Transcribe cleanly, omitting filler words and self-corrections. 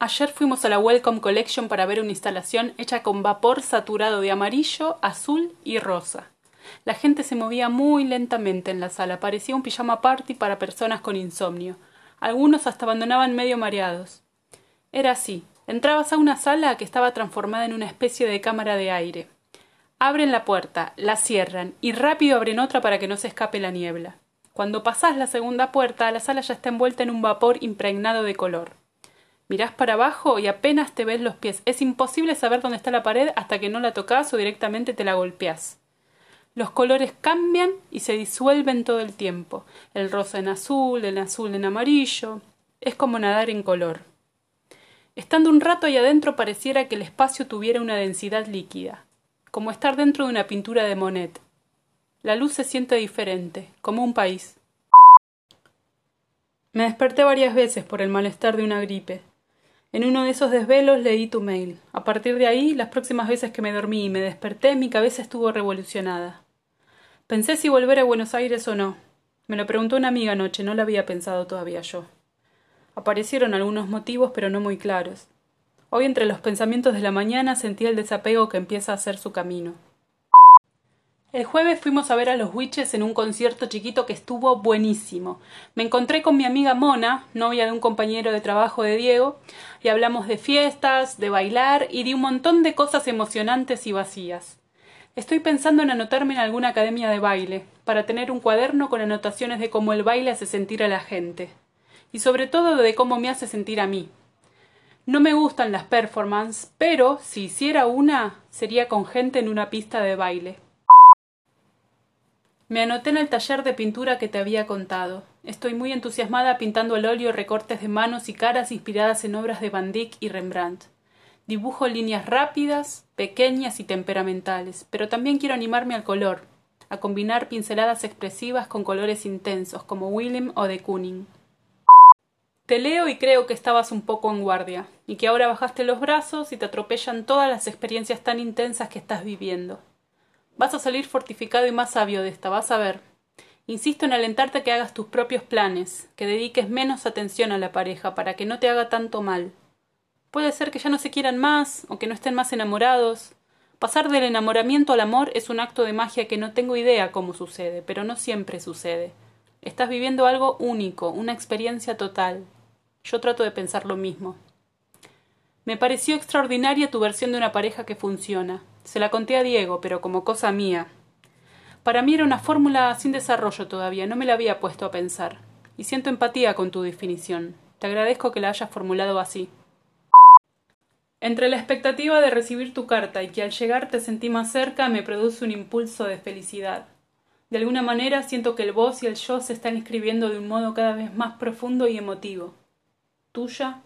Ayer fuimos a la Welcome Collection para ver una instalación hecha con vapor saturado de amarillo, azul y rosa. La gente se movía muy lentamente en la sala, parecía un pijama party para personas con insomnio. Algunos hasta abandonaban medio mareados. Era así. Entrabas a una sala que estaba transformada en una especie de cámara de aire. Abren la puerta, la cierran y rápido abren otra para que no se escape la niebla. Cuando pasás la segunda puerta, la sala ya está envuelta en un vapor impregnado de color. Mirás para abajo y apenas te ves los pies. Es imposible saber dónde está la pared hasta que no la tocas o directamente te la golpeás. Los colores cambian y se disuelven todo el tiempo. El rosa en azul en amarillo. Es como nadar en color. Estando un rato ahí adentro pareciera que el espacio tuviera una densidad líquida, como estar dentro de una pintura de Monet. La luz se siente diferente, como un país. Me desperté varias veces por el malestar de una gripe. En uno de esos desvelos leí tu mail. A partir de ahí, las próximas veces que me dormí y me desperté, mi cabeza estuvo revolucionada. Pensé si volver a Buenos Aires o no. Me lo preguntó una amiga anoche, no lo había pensado todavía yo. Aparecieron algunos motivos, pero no muy claros. Hoy, entre los pensamientos de la mañana, sentí el desapego que empieza a hacer su camino. El jueves fuimos a ver a los Witches en un concierto chiquito que estuvo buenísimo. Me encontré con mi amiga Mona, novia de un compañero de trabajo de Diego, y hablamos de fiestas, de bailar y de un montón de cosas emocionantes y vacías. Estoy pensando en anotarme en alguna academia de baile, para tener un cuaderno con anotaciones de cómo el baile hace sentir a la gente. Y sobre todo de cómo me hace sentir a mí. No me gustan las performances, pero si hiciera una, sería con gente en una pista de baile. Me anoté en el taller de pintura que te había contado. Estoy muy entusiasmada pintando al óleo recortes de manos y caras inspiradas en obras de Van Dyck y Rembrandt. Dibujo líneas rápidas, pequeñas y temperamentales, pero también quiero animarme al color, a combinar pinceladas expresivas con colores intensos, como Willem o de Kooning. Te leo y creo que estabas un poco en guardia, y que ahora bajaste los brazos y te atropellan todas las experiencias tan intensas que estás viviendo. Vas a salir fortificado y más sabio de esta, vas a ver. Insisto en alentarte a que hagas tus propios planes, que dediques menos atención a la pareja para que no te haga tanto mal. Puede ser que ya no se quieran más, o que no estén más enamorados. Pasar del enamoramiento al amor es un acto de magia que no tengo idea cómo sucede, pero no siempre sucede. Estás viviendo algo único, una experiencia total. Yo trato de pensar lo mismo. Me pareció extraordinaria tu versión de una pareja que funciona. Se la conté a Diego, pero como cosa mía. Para mí era una fórmula sin desarrollo todavía, no me la había puesto a pensar. Y siento empatía con tu definición. Te agradezco que la hayas formulado así. Entre la expectativa de recibir tu carta y que al llegar te sentí más cerca, me produce un impulso de felicidad. De alguna manera siento que el vos y el yo se están escribiendo de un modo cada vez más profundo y emotivo. Tuya,